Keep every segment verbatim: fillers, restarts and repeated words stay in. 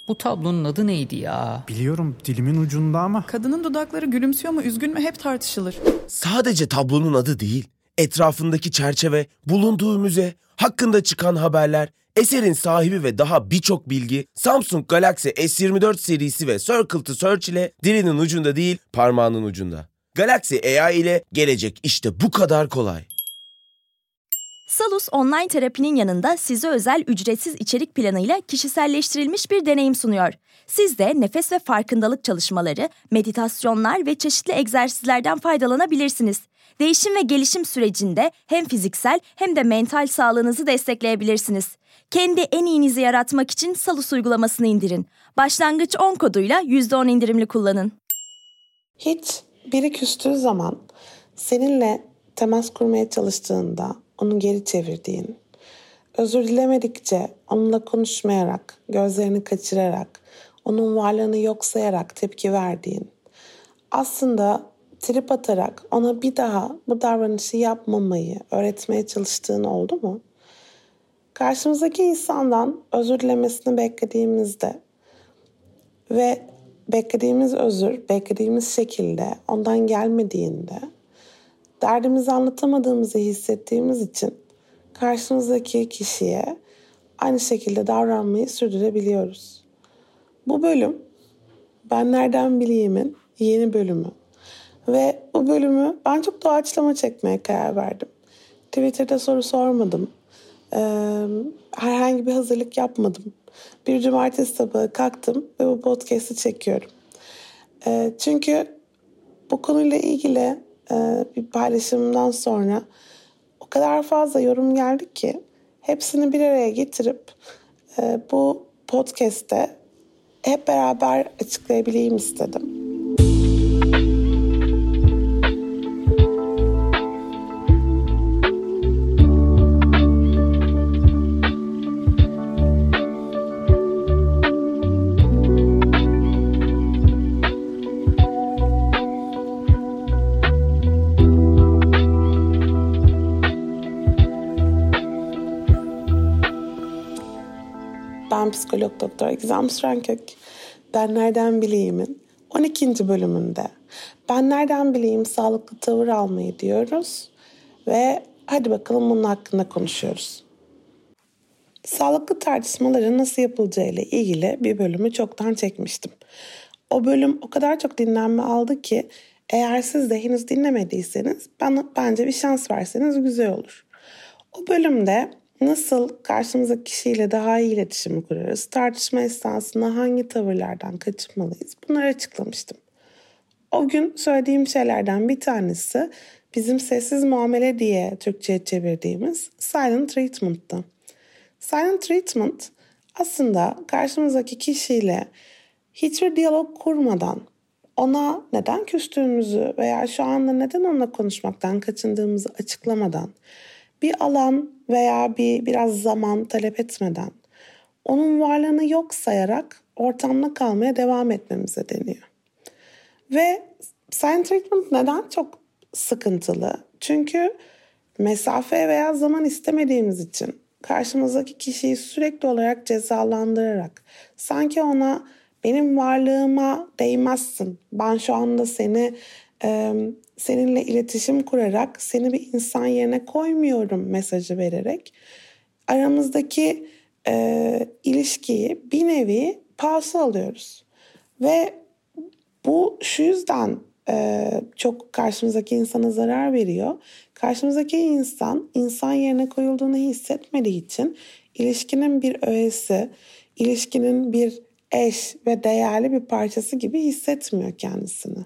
Bu tablonun adı neydi ya? Biliyorum, dilimin ucunda ama. Kadının dudakları gülümsüyor mu, üzgün mü hep tartışılır. Sadece tablonun adı değil, etrafındaki çerçeve, bulunduğu müze, hakkında çıkan haberler, eserin sahibi ve daha birçok bilgi Samsung Galaxy S yirmi dört serisi ve Circle to Search ile dilinin ucunda değil, parmağının ucunda. Galaxy A I ile gelecek işte bu kadar kolay. Salus online terapinin yanında size özel ücretsiz içerik planıyla kişiselleştirilmiş bir deneyim sunuyor. Siz de nefes ve farkındalık çalışmaları, meditasyonlar ve çeşitli egzersizlerden faydalanabilirsiniz. Değişim ve gelişim sürecinde hem fiziksel hem de mental sağlığınızı destekleyebilirsiniz. Kendi en iyinizi yaratmak için Salus uygulamasını indirin. Başlangıç on koduyla yüzde on indirimli kullanın. Hiç biri küstüğü zaman seninle temas kurmaya çalıştığında onu geri çevirdiğin, özür dilemedikçe onunla konuşmayarak, gözlerini kaçırarak, onun varlığını yok sayarak tepki verdiğin, aslında trip atarak ona bir daha bu davranışı yapmamayı öğretmeye çalıştığın oldu mu? Karşımızdaki insandan özür dilemesini beklediğimizde ve beklediğimiz özür, beklediğimiz şekilde ondan gelmediğinde, derdimizi anlatamadığımızı hissettiğimiz için karşımızdaki kişiye aynı şekilde davranmayı sürdürebiliyoruz. Bu bölüm Ben Nereden Bileyim'in yeni bölümü ve bu bölümü ben çok doğaçlama çekmeye karar verdim. Twitter'da soru sormadım. Ee, herhangi bir hazırlık yapmadım. Bir cumartesi sabahı kalktım ve bu podcast'ı çekiyorum. Ee, çünkü bu konuyla ilgili e, bir paylaşımdan sonra o kadar fazla yorum geldi ki hepsini bir araya getirip e, bu podcast'te hep beraber açıklayabileyim istedim. Ben psikolog doktor Gizem Sürenkök. Ben Nereden Bileyim'in on ikinci bölümünde Ben Nereden Bileyim sağlıklı tavır almayı diyoruz ve hadi bakalım bunun hakkında konuşuyoruz. Sağlıklı tartışmaların nasıl yapılacağı ile ilgili bir bölümü çoktan çekmiştim. O bölüm o kadar çok dinlenme aldı ki eğer siz de henüz dinlemediyseniz bana, bence bir şans verseniz güzel olur. O bölümde nasıl karşımızdaki kişiyle daha iyi iletişimi kurarız, tartışma esnasında hangi tavırlardan kaçınmalıyız, bunları açıklamıştım. O gün söylediğim şeylerden bir tanesi bizim sessiz muamele diye Türkçe'ye çevirdiğimiz silent treatment'tı. Silent treatment aslında karşımızdaki kişiyle hiçbir diyalog kurmadan, ona neden küstüğümüzü veya şu anda neden onunla konuşmaktan kaçındığımızı açıklamadan, bir alan veya bir biraz zaman talep etmeden, onun varlığını yok sayarak ortamda kalmaya devam etmemize deniyor. Ve silent treatment neden çok sıkıntılı? Çünkü mesafe veya zaman istemediğimiz için karşımızdaki kişiyi sürekli olarak cezalandırarak, sanki ona benim varlığıma değmezsin, ben şu anda seni e, seninle iletişim kurarak seni bir insan yerine koymuyorum mesajı vererek aramızdaki e, ilişkiyi bir nevi pause alıyoruz. Ve bu şu yüzden e, çok karşımızdaki insana zarar veriyor. Karşımızdaki insan, insan yerine koyulduğunu hissetmediği için ilişkinin bir öğesi, ilişkinin bir eş ve değerli bir parçası gibi hissetmiyor kendisini.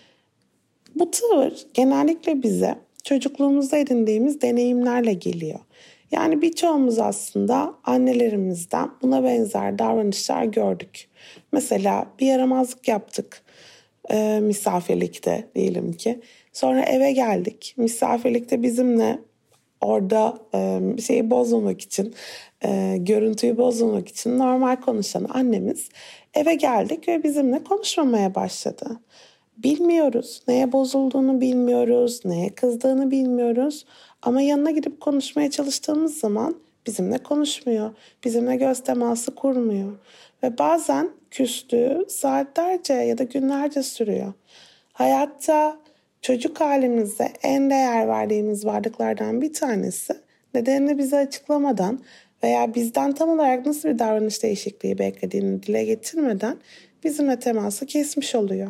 Bu tavır genellikle bize çocukluğumuzda edindiğimiz deneyimlerle geliyor. Yani birçoğumuz aslında annelerimizden buna benzer davranışlar gördük. Mesela bir yaramazlık yaptık e, misafirlikte diyelim ki. Sonra eve geldik. Misafirlikte bizimle orada e, şeyi bozmamak için, e, görüntüyü bozmamak için normal konuşan annemiz eve geldik ve bizimle konuşmamaya başladı. Bilmiyoruz, neye bozulduğunu bilmiyoruz, neye kızdığını bilmiyoruz. Ama yanına gidip konuşmaya çalıştığımız zaman bizimle konuşmuyor, bizimle göz teması kurmuyor. Ve bazen küslüğü saatlerce ya da günlerce sürüyor. Hayatta çocuk halimizde en değer verdiğimiz varlıklardan bir tanesi nedenini bize açıklamadan veya bizden tam olarak nasıl bir davranış değişikliği beklediğini dile getirmeden bizimle teması kesmiş oluyor.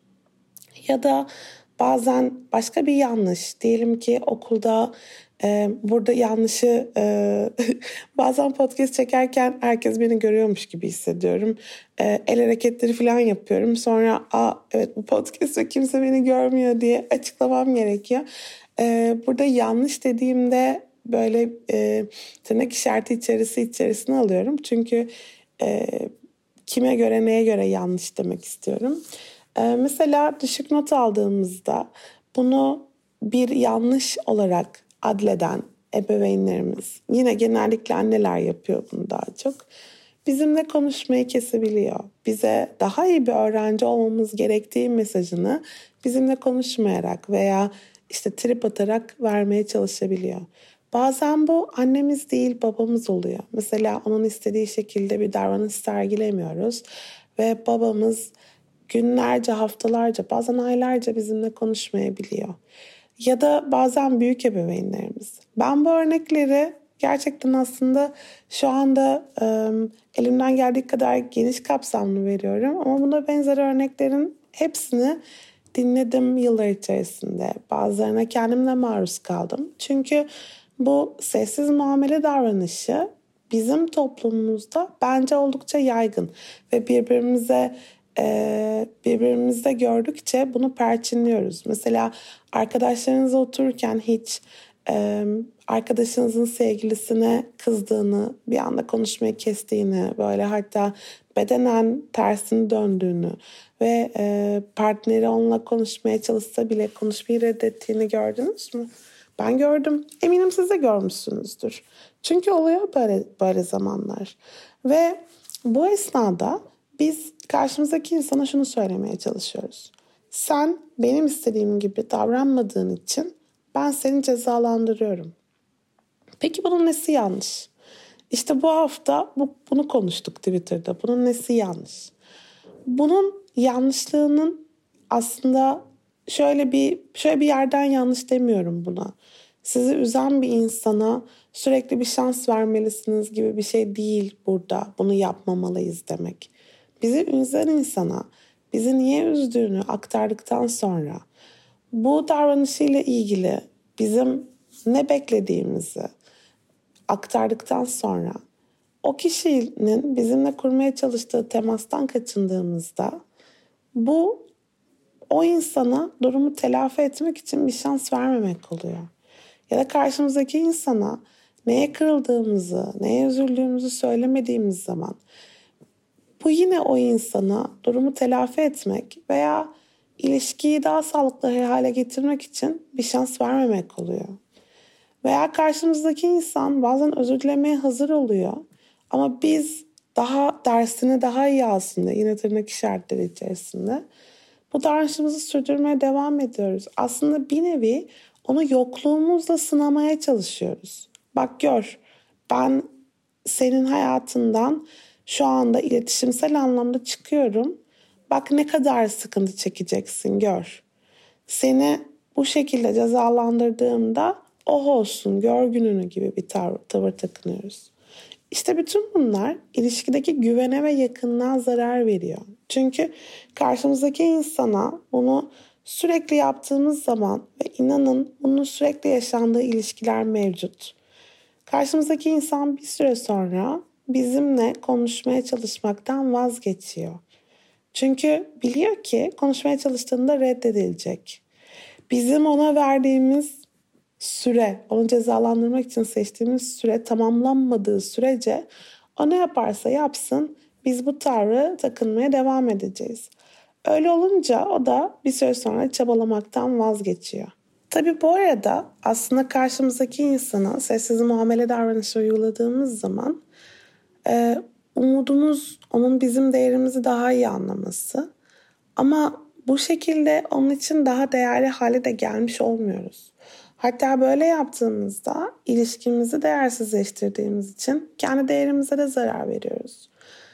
Ya da bazen başka bir yanlış, diyelim ki okulda e, burada yanlışı e, bazen podcast çekerken herkes beni görüyormuş gibi hissediyorum. E, el hareketleri falan yapıyorum. Sonra aa evet bu podcastta kimse beni görmüyor diye açıklamam gerekiyor. E, burada yanlış dediğimde böyle e, tırnak işareti içerisi içerisine alıyorum. Çünkü e, kime göre neye göre yanlış demek istiyorum. Ee, mesela düşük not aldığımızda bunu bir yanlış olarak adleden ebeveynlerimiz, yine genellikle anneler yapıyor bunu daha çok, bizimle konuşmayı kesebiliyor. Bize daha iyi bir öğrenci olmamız gerektiği mesajını bizimle konuşmayarak veya işte trip atarak vermeye çalışabiliyor. Bazen bu annemiz değil babamız oluyor. Mesela onun istediği şekilde bir davranış sergilemiyoruz ve babamız günlerce, haftalarca, bazen aylarca bizimle konuşmayabiliyor. Ya da bazen büyük ebeveynlerimiz. Ben bu örnekleri gerçekten aslında şu anda e, elimden geldiği kadar geniş kapsamlı veriyorum. Ama buna benzer örneklerin hepsini dinledim yıllar içerisinde. Bazılarına kendimle maruz kaldım. Çünkü bu sessiz muamele davranışı bizim toplumumuzda bence oldukça yaygın. Ve birbirimize Ee, birbirimizde gördükçe bunu perçinliyoruz. Mesela arkadaşlarınızla otururken hiç e, arkadaşınızın sevgilisine kızdığını, bir anda konuşmayı kestiğini, böyle hatta bedenen tersini döndüğünü ve e, partneri onunla konuşmaya çalışsa bile konuşmayı reddettiğini gördünüz mü? Ben gördüm. Eminim siz de görmüşsünüzdür. Çünkü oluyor böyle, böyle zamanlar. Ve bu esnada biz karşımızdaki insana şunu söylemeye çalışıyoruz. Sen benim istediğim gibi davranmadığın için ben seni cezalandırıyorum. Peki bunun nesi yanlış? İşte bu hafta bu, bunu konuştuk Twitter'da. Bunun nesi yanlış? Bunun yanlışlığının aslında şöyle bir şöyle bir yerden yanlış demiyorum buna. Sizi üzen bir insana sürekli bir şans vermelisiniz gibi bir şey değil burada. Bunu yapmamalıyız demek. Bizi üzen insana bizi niye üzdüğünü aktardıktan sonra bu davranışıyla ilgili bizim ne beklediğimizi aktardıktan sonra o kişinin bizimle kurmaya çalıştığı temastan kaçındığımızda bu o insana durumu telafi etmek için bir şans vermemek oluyor. Ya da karşımızdaki insana neye kırıldığımızı, neye üzüldüğümüzü söylemediğimiz zaman bu yine o insana durumu telafi etmek veya ilişkiyi daha sağlıklı hale getirmek için bir şans vermemek oluyor. Veya karşımızdaki insan bazen özür dilemeye hazır oluyor ama biz daha dersini daha iyi alsın diye, yine tırnak işaretleri içerisinde bu davranışımızı sürdürmeye devam ediyoruz. Aslında bir nevi onu yokluğumuzla sınamaya çalışıyoruz. Bak gör, ben senin hayatından şu anda iletişimsel anlamda çıkıyorum. Bak ne kadar sıkıntı çekeceksin gör. Seni bu şekilde cezalandırdığımda oh olsun gör gününü gibi bir tavır, tavır takınıyoruz. İşte bütün bunlar ilişkideki güvene ve yakınlığa zarar veriyor. Çünkü karşımızdaki insana bunu sürekli yaptığımız zaman ve inanın bunun sürekli yaşandığı ilişkiler mevcut. Karşımızdaki insan bir süre sonra bizimle konuşmaya çalışmaktan vazgeçiyor. Çünkü biliyor ki konuşmaya çalıştığında reddedilecek. Bizim ona verdiğimiz süre, onu cezalandırmak için seçtiğimiz süre tamamlanmadığı sürece o ne yaparsa yapsın biz bu tavrı takınmaya devam edeceğiz. Öyle olunca o da bir süre sonra çabalamaktan vazgeçiyor. Tabii bu arada aslında karşımızdaki insana sessiz muamele davranışı uyguladığımız zaman e, umudumuz onun bizim değerimizi daha iyi anlaması. Ama bu şekilde onun için daha değerli hale de gelmiş olmuyoruz. Hatta böyle yaptığımızda ilişkimizi değersizleştirdiğimiz için kendi değerimize de zarar veriyoruz.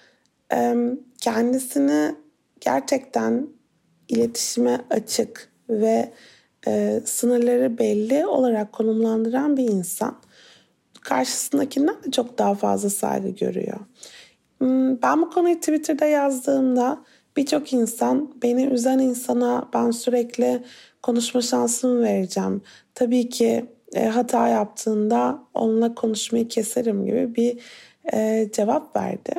Kendisini gerçekten iletişime açık ve e, sınırları belli olarak konumlandıran bir insan karşısındakinden de çok daha fazla saygı görüyor. Ben bu konuyu Twitter'da yazdığımda birçok insan beni üzen insana ben sürekli konuşma şansımı vereceğim. Tabii ki e, hata yaptığında onunla konuşmayı keserim gibi bir e, cevap verdi.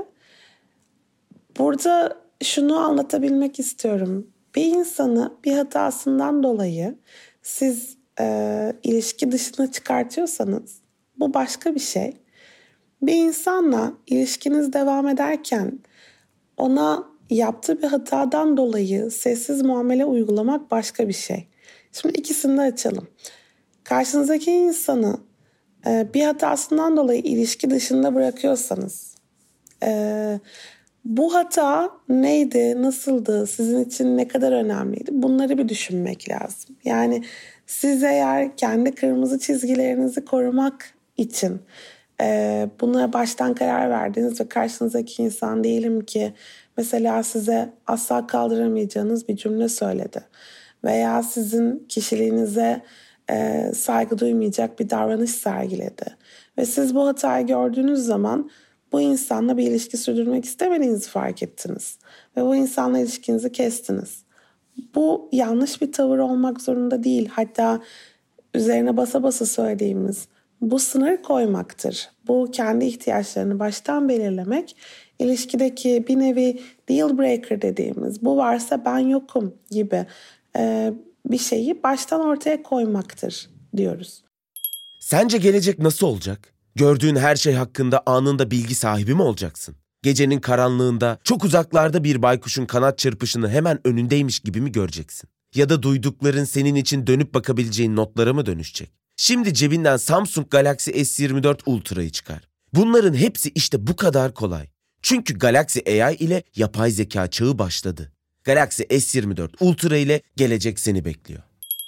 Burada şunu anlatabilmek istiyorum. Bir insanı bir hatasından dolayı siz e, ilişki dışına çıkartıyorsanız bu başka bir şey. Bir insanla ilişkiniz devam ederken ona yaptığı bir hatadan dolayı sessiz muamele uygulamak başka bir şey. Şimdi ikisini de açalım. Karşınızdaki insanı e, bir hatasından dolayı ilişki dışında bırakıyorsanız e, bu hata neydi, nasıldı, sizin için ne kadar önemliydi? Bunları bir düşünmek lazım. Yani siz eğer kendi kırmızı çizgilerinizi korumak için e, buna baştan karar verdiniz ve karşınızdaki insan diyelim ki mesela size asla kaldıramayacağınız bir cümle söyledi. Veya sizin kişiliğinize e, saygı duymayacak bir davranış sergiledi. Ve siz bu hatayı gördüğünüz zaman bu insanla bir ilişki sürdürmek istemediğinizi fark ettiniz. Ve bu insanla ilişkinizi kestiniz. Bu yanlış bir tavır olmak zorunda değil. Hatta üzerine basa basa söylediğimiz bu sınır koymaktır. Bu kendi ihtiyaçlarını baştan belirlemek, ilişkideki bir nevi deal breaker dediğimiz bu varsa ben yokum gibi e, bir şeyi baştan ortaya koymaktır diyoruz. Sence gelecek nasıl olacak? Gördüğün her şey hakkında anında bilgi sahibi mi olacaksın? Gecenin karanlığında çok uzaklarda bir baykuşun kanat çırpışını hemen önündeymiş gibi mi göreceksin? Ya da duydukların senin için dönüp bakabileceğin notlara mı dönüşecek? Şimdi cebinden Samsung Galaxy S yirmi dört Ultra'yı çıkar. Bunların hepsi işte bu kadar kolay. Çünkü Galaxy A I ile yapay zeka çağı başladı. Galaxy S yirmi dört Ultra ile gelecek seni bekliyor.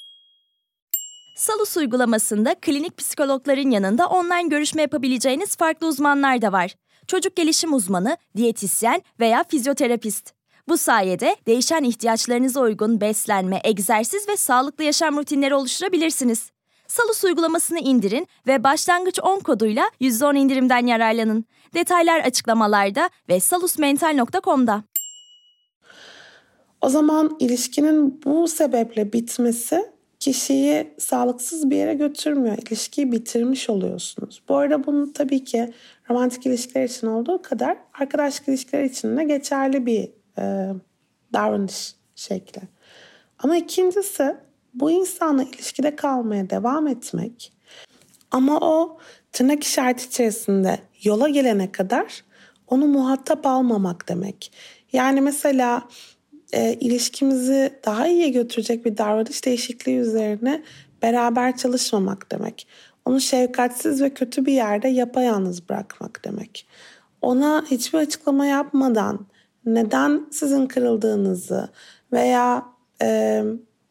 Salus uygulamasında klinik psikologların yanında online görüşme yapabileceğiniz farklı uzmanlar da var. Çocuk gelişim uzmanı, diyetisyen veya fizyoterapist. Bu sayede değişen ihtiyaçlarınıza uygun beslenme, egzersiz ve sağlıklı yaşam rutinleri oluşturabilirsiniz. Salus uygulamasını indirin ve başlangıç on koduyla yüzde on indirimden yararlanın. Detaylar açıklamalarda ve salusmental nokta com'da. O zaman ilişkinin bu sebeple bitmesi kişiyi sağlıksız bir yere götürmüyor. İlişkiyi bitirmiş oluyorsunuz. Bu arada bunu tabii ki romantik ilişkiler için olduğu kadar arkadaşlık ilişkiler için de geçerli bir e, davranış şekli. Ama ikincisi bu insanla ilişkide kalmaya devam etmek ama o tırnak işareti içerisinde yola gelene kadar onu muhatap almamak demek. Yani mesela e, ilişkimizi daha iyiye götürecek bir davranış değişikliği üzerine beraber çalışmamak demek. Onu şefkatsiz ve kötü bir yerde yapayalnız bırakmak demek. Ona hiçbir açıklama yapmadan neden sizin kırıldığınızı veya e,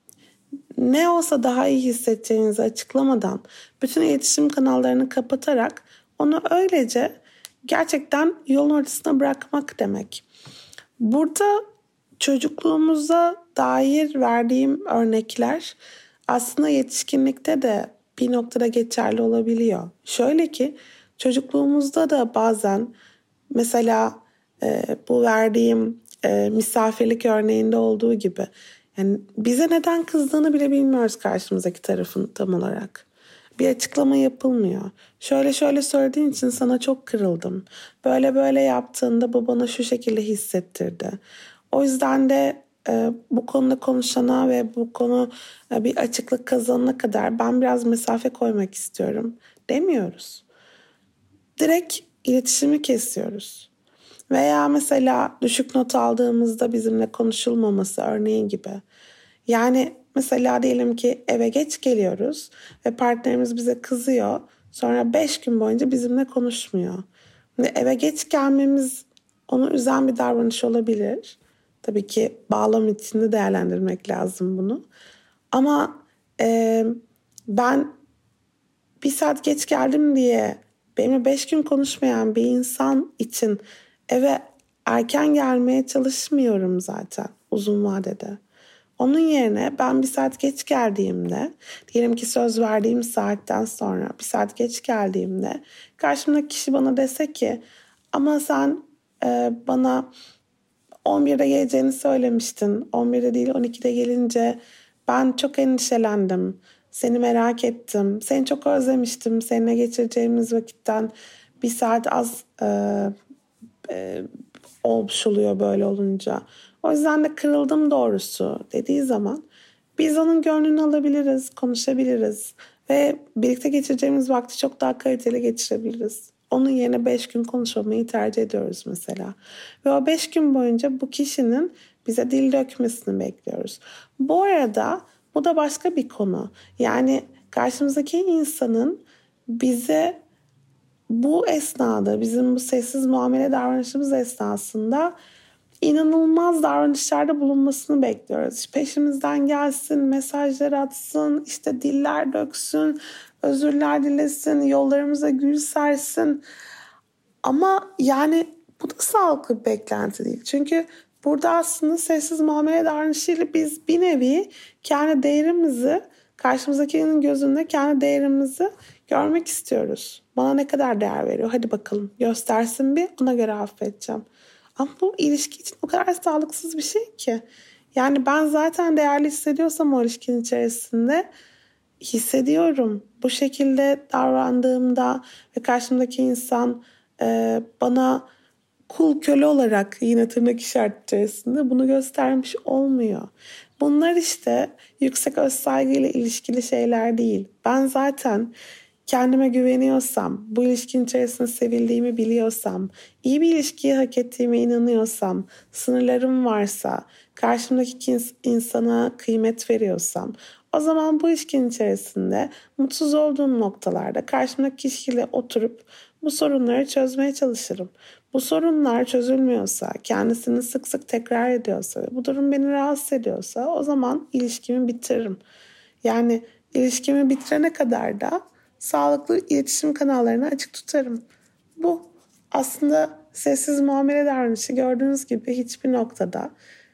ne olsa daha iyi hissedeceğinizi açıklamadan bütün iletişim kanallarını kapatarak onu öylece gerçekten yolun ortasına bırakmak demek. Burada çocukluğumuza dair verdiğim örnekler aslında yetişkinlikte de bir noktada geçerli olabiliyor. Şöyle ki çocukluğumuzda da bazen mesela e, bu verdiğim e, misafirlik örneğinde olduğu gibi yani bize neden kızdığını bile bilmiyoruz karşımızdaki tarafın tam olarak. Bir açıklama yapılmıyor. Şöyle şöyle söylediğin için sana çok kırıldım. Böyle böyle yaptığında bu bana şu şekilde hissettirdi. O yüzden de e, bu konuda konuşana ve bu konu e, bir açıklık kazanana kadar ben biraz mesafe koymak istiyorum demiyoruz. Direkt iletişimi kesiyoruz. Veya mesela düşük not aldığımızda bizimle konuşulmaması örneğin gibi. Yani mesela diyelim ki eve geç geliyoruz ve partnerimiz bize kızıyor. Sonra beş gün boyunca bizimle konuşmuyor. Ve eve geç gelmemiz onu üzen bir davranış olabilir. Tabii ki bağlam içinde değerlendirmek lazım bunu. Ama e, ben bir saat geç geldim diye benimle beş gün konuşmayan bir insan için eve erken gelmeye çalışmıyorum zaten uzun vadede. Onun yerine ben bir saat geç geldiğimde, diyelim ki söz verdiğim saatten sonra bir saat geç geldiğimde karşımdaki kişi bana dese ki ama sen e, bana on birde geleceğini söylemiştin. on birde değil on ikide gelince ben çok endişelendim. Seni merak ettim. Seni çok özlemiştim. Seninle geçireceğimiz vakitten bir saat az e, e, olmuş oluyor böyle olunca. O yüzden de kırıldım doğrusu dediği zaman biz onun gönlünü alabiliriz, konuşabiliriz ve birlikte geçireceğimiz vakti çok daha kaliteli geçirebiliriz. Onun yerine beş gün konuşmamayı tercih ediyoruz mesela. Ve o beş gün boyunca bu kişinin bize dil dökmesini bekliyoruz. Bu arada bu da başka bir konu. Yani karşımızdaki insanın bize bu esnada, bizim bu sessiz muamele davranışımız esnasında inanılmaz davranışlarda bulunmasını bekliyoruz. Peşimizden gelsin, mesajlar atsın, işte diller döksün, özürler dilesin, yollarımıza gül sersin. Ama yani bu da sağlıklı bir beklenti değil. Çünkü burada aslında sessiz muamele davranışıyla biz bir nevi kendi değerimizi, karşımızdakinin gözünde kendi değerimizi görmek istiyoruz. Bana ne kadar değer veriyor? Hadi bakalım göstersin bir, ona göre affedeceğim. Ama bu ilişki için o kadar sağlıksız bir şey ki. Yani ben zaten değerli hissediyorsam o ilişkinin içerisinde hissediyorum. Bu şekilde davrandığımda ve karşımdaki insan e, bana kul köle olarak yine tırnak işareti içerisinde bunu göstermiş olmuyor. Bunlar işte yüksek özsaygıyla ilişkili şeyler değil. Ben zaten kendime güveniyorsam, bu ilişkinin içerisinde sevildiğimi biliyorsam, iyi bir ilişkiyi hak ettiğime inanıyorsam, sınırlarım varsa, karşımdaki insana kıymet veriyorsam, o zaman bu ilişkinin içerisinde mutsuz olduğum noktalarda karşımdaki kişiyle oturup bu sorunları çözmeye çalışırım. Bu sorunlar çözülmüyorsa, kendisini sık sık tekrar ediyorsa, bu durum beni rahatsız ediyorsa o zaman ilişkimi bitiririm. Yani ilişkimi bitirene kadar da sağlıklı iletişim kanallarını açık tutarım. Bu aslında sessiz muamele davranışı gördüğünüz gibi hiçbir noktada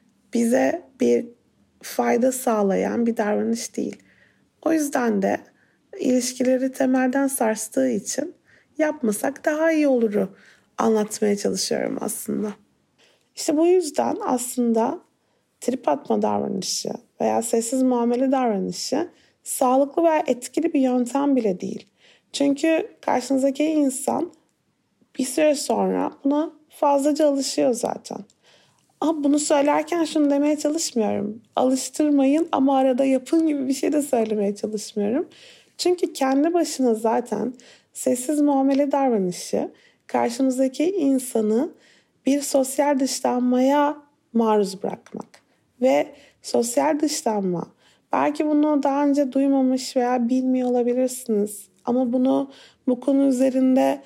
bize bir fayda sağlayan bir davranış değil. O yüzden de ilişkileri temelden sarstığı için yapmasak daha iyi oluru anlatmaya çalışıyorum aslında. İşte bu yüzden aslında trip atma davranışı veya sessiz muamele davranışı sağlıklı veya etkili bir yöntem bile değil. Çünkü karşınızdaki insan bir süre sonra buna fazlaca alışıyor zaten. Ama bunu söylerken şunu demeye çalışmıyorum. Alıştırmayın ama arada yapın gibi bir şey de söylemeye çalışmıyorum. Çünkü kendi başına zaten sessiz muamele davranışı karşımızdaki insanı bir sosyal dışlanmaya maruz bırakmak. Ve sosyal dışlanma, belki bunu daha önce duymamış veya bilmiyor olabilirsiniz. Ama bunu bu konu üzerinde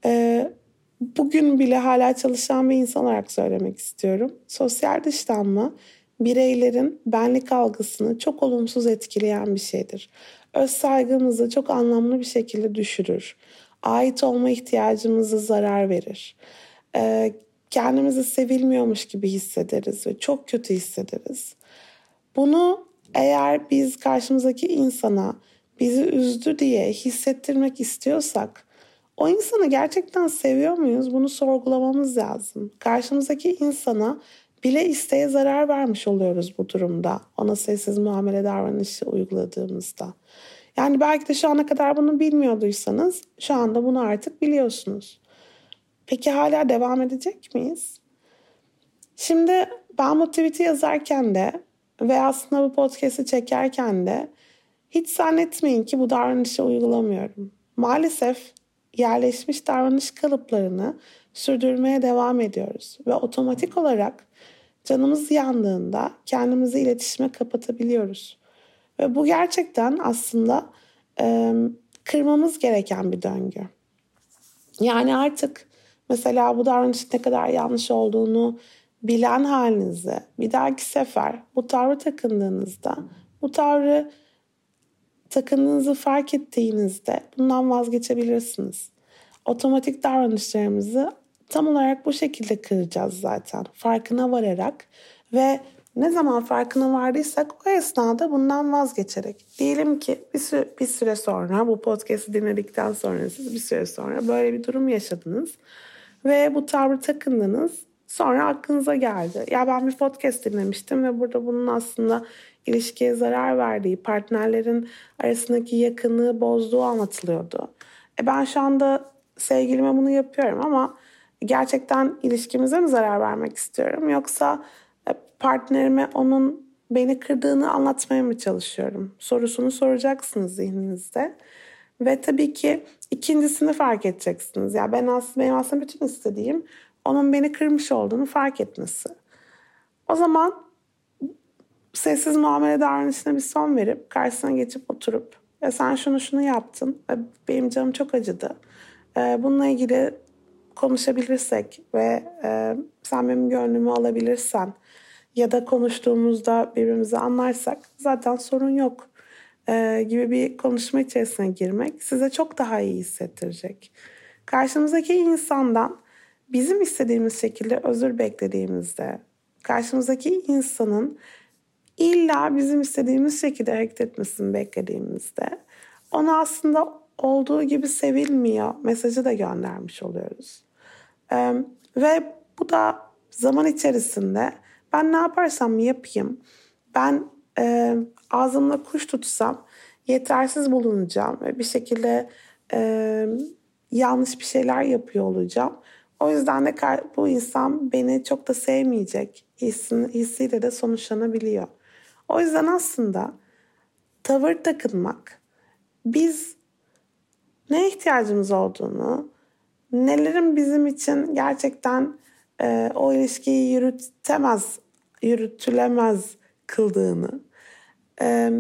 e, bugün bile hala çalışan bir insan olarak söylemek istiyorum. Sosyal dışlanma bireylerin benlik algısını çok olumsuz etkileyen bir şeydir. Öz saygımızı çok anlamlı bir şekilde düşürür. Ait olma ihtiyacımıza zarar verir. E, kendimizi sevilmiyormuş gibi hissederiz ve çok kötü hissederiz. Bunu eğer biz karşımızdaki insana bizi üzdü diye hissettirmek istiyorsak, o insanı gerçekten seviyor muyuz? Bunu sorgulamamız lazım. Karşımızdaki insana bile isteye zarar vermiş oluyoruz bu durumda. Ona sessiz muamele davranışı uyguladığımızda. Yani belki de şu ana kadar bunu bilmiyorduysanız şu anda bunu artık biliyorsunuz. Peki hala devam edecek miyiz? Şimdi ben bu tweet'i yazarken de ve aslında bu podcast'i çekerken de hiç zannetmeyin ki bu davranışı uygulamıyorum. Maalesef yerleşmiş davranış kalıplarını sürdürmeye devam ediyoruz. Ve otomatik olarak canımız yandığında kendimizi iletişime kapatabiliyoruz. Ve bu gerçekten aslında e, kırmamız gereken bir döngü. Yani artık mesela bu davranışın ne kadar yanlış olduğunu bilen halinizde bir dahaki sefer bu tavrı takındığınızda bu tavrı takındığınızı fark ettiğinizde bundan vazgeçebilirsiniz. Otomatik davranışlarımızı tam olarak bu şekilde kıracağız zaten. Farkına vararak ve ne zaman farkına vardıysak o esnada bundan vazgeçerek. Diyelim ki bir süre, bir süre sonra, bu podcast'i dinledikten sonra siz bir süre sonra böyle bir durum yaşadınız. Ve bu tavrı takındınız. Sonra aklınıza geldi. Ya ben bir podcast dinlemiştim ve burada bunun aslında ilişkiye zarar verdiği, partnerlerin arasındaki yakınlığı bozduğu anlatılıyordu. E ben şu anda sevgilime bunu yapıyorum ama gerçekten ilişkimize mi zarar vermek istiyorum? Yoksa partnerime onun beni kırdığını anlatmaya mı çalışıyorum? Sorusunu soracaksınız zihninizde. Ve tabii ki ikincisini fark edeceksiniz. Ya ben aslında benim aslında bütün istediğim onun beni kırmış olduğunu fark etmesi. O zaman sessiz muamele davranışına bir son verip karşısına geçip oturup ya sen şunu şunu yaptın ve benim canım çok acıdı. Bununla ilgili konuşabilirsek ve sen benim gönlümü alabilirsen ya da konuştuğumuzda birbirimizi anlarsak zaten sorun yok gibi bir konuşma içerisine girmek size çok daha iyi hissettirecek. Karşımızdaki insandan bizim istediğimiz şekilde özür beklediğimizde, karşımızdaki insanın illa bizim istediğimiz şekilde hareket etmesini beklediğimizde ona aslında olduğu gibi sevilmiyor mesajı da göndermiş oluyoruz. Ee, ve bu da zaman içerisinde ben ne yaparsam yapayım, ben e, ağzımla kuş tutsam yetersiz bulunacağım ve bir şekilde e, yanlış bir şeyler yapıyor olacağım. O yüzden de bu insan beni çok da sevmeyecek hissin, hissiyle de sonuçlanabiliyor. O yüzden aslında tavır takınmak, biz ne ihtiyacımız olduğunu, nelerin bizim için gerçekten e, o ilişkiyi yürütemez, yürütülemez kıldığını e,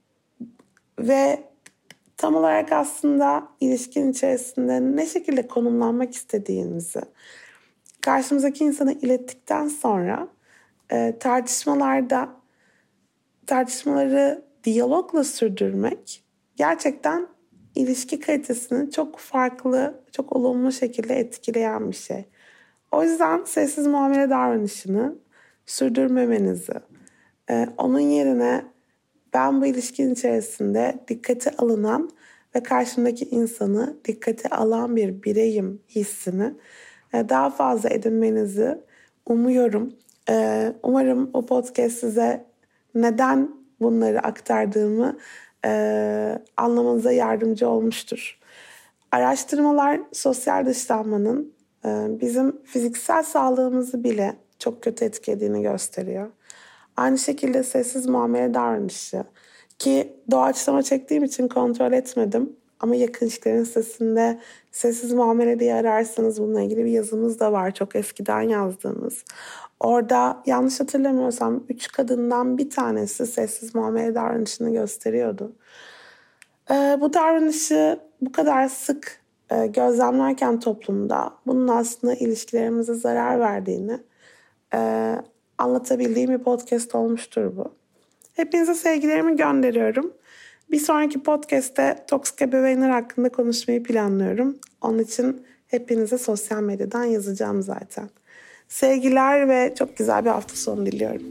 ve tam olarak aslında ilişkinin içerisinde ne şekilde konumlanmak istediğimizi karşımızdaki insana ilettikten sonra e, tartışmalarda tartışmaları diyalogla sürdürmek gerçekten ilişki kalitesini çok farklı, çok olumlu şekilde etkileyen bir şey. O yüzden sessiz muamele davranışını sürdürmemenizi, e, onun yerine ben bu ilişkinin içerisinde dikkate alınan ve karşımdaki insanı dikkate alan bir bireyim hissini e, daha fazla edinmenizi umuyorum. E, umarım o podcast size neden bunları aktardığımı e, anlamanıza yardımcı olmuştur. Araştırmalar sosyal dışlanmanın e, bizim fiziksel sağlığımızı bile çok kötü etkilediğini gösteriyor. Aynı şekilde sessiz muamele davranışı ki doğaçlama çektiğim için kontrol etmedim. Ama yakın ilişkilerin sitesinde sessiz muamele diye ararsanız bununla ilgili bir yazımız da var. Çok eskiden yazdığımız. Orada yanlış hatırlamıyorsam üç kadından bir tanesi sessiz muamele davranışını gösteriyordu. Ee, bu davranışı bu kadar sık e, gözlemlerken toplumda bunun aslında ilişkilerimize zarar verdiğini e, anlatabildiğim bir podcast olmuştur bu. Hepinize sevgilerimi gönderiyorum. Bir sonraki podcast'te toksik ebeveynler hakkında konuşmayı planlıyorum. Onun için hepinize sosyal medyadan yazacağım zaten. Sevgiler ve çok güzel bir hafta sonu diliyorum.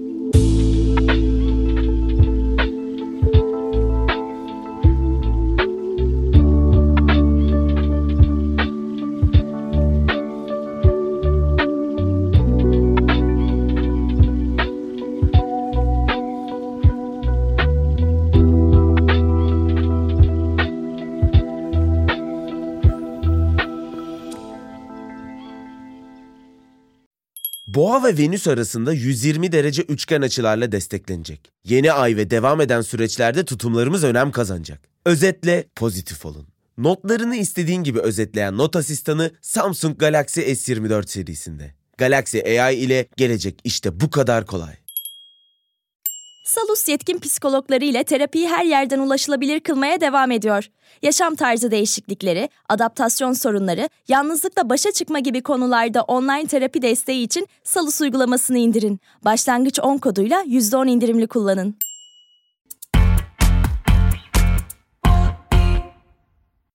Boğa ve Venüs arasında yüz yirmi derece üçgen açılarla desteklenecek. Yeni ay ve devam eden süreçlerde tutumlarımız önem kazanacak. Özetle pozitif olun. Notlarını istediğin gibi özetleyen not asistanı Samsung Galaxy S yirmi dört serisinde. Galaxy A I ile gelecek işte bu kadar kolay. Salus yetkin psikologları ile terapiyi her yerden ulaşılabilir kılmaya devam ediyor. Yaşam tarzı değişiklikleri, adaptasyon sorunları, yalnızlıkla başa çıkma gibi konularda online terapi desteği için Salus uygulamasını indirin. Başlangıç on koduyla yüzde on indirimli kullanın.